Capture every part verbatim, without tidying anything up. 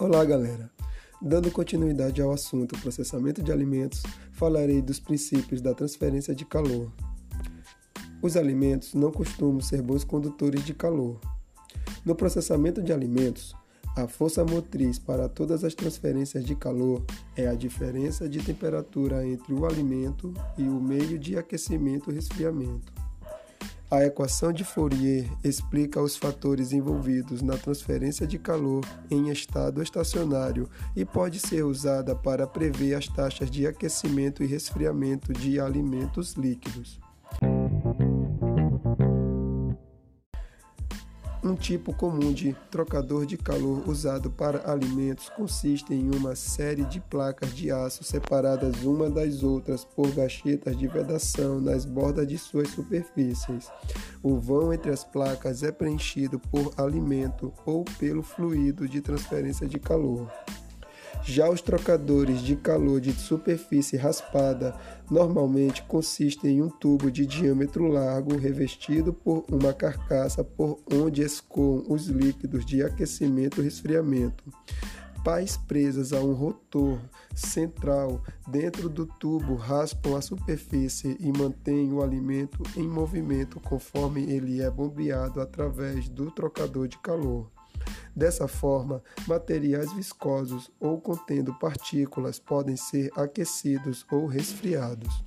Olá, galera! Dando continuidade ao assunto processamento de alimentos, falarei dos princípios da transferência de calor. Os alimentos não costumam ser bons condutores de calor. No processamento de alimentos, a força motriz para todas as transferências de calor é a diferença de temperatura entre o alimento e o meio de aquecimento e resfriamento. A equação de Fourier explica os fatores envolvidos na transferência de calor em estado estacionário e pode ser usada para prever as taxas de aquecimento e resfriamento de alimentos líquidos. Um tipo comum de trocador de calor usado para alimentos consiste em uma série de placas de aço separadas uma das outras por gachetas de vedação nas bordas de suas superfícies. O vão entre as placas é preenchido por alimento ou pelo fluido de transferência de calor. Já os trocadores de calor de superfície raspada normalmente consistem em um tubo de diâmetro largo revestido por uma carcaça por onde escoam os líquidos de aquecimento e resfriamento. Pás presas a um rotor central dentro do tubo raspam a superfície e mantêm o alimento em movimento conforme ele é bombeado através do trocador de calor. Dessa forma, materiais viscosos ou contendo partículas podem ser aquecidos ou resfriados.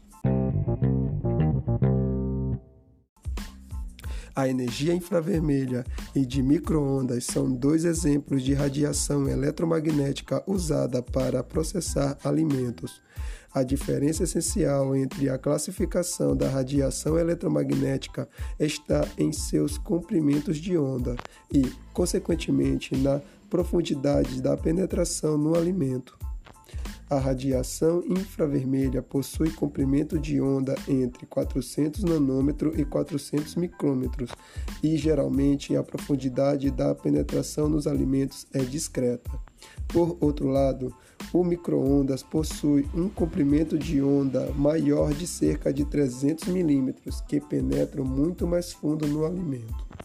A energia infravermelha e de micro-ondas são dois exemplos de radiação eletromagnética usada para processar alimentos. A diferença essencial entre a classificação da radiação eletromagnética está em seus comprimentos de onda e, consequentemente, na profundidade da penetração no alimento. A radiação infravermelha possui comprimento de onda entre quatrocentos nanômetros e quatrocentos micrômetros e, geralmente, a profundidade da penetração nos alimentos é discreta. Por outro lado, o micro-ondas possui um comprimento de onda maior de cerca de trezentos milímetros, que penetram muito mais fundo no alimento.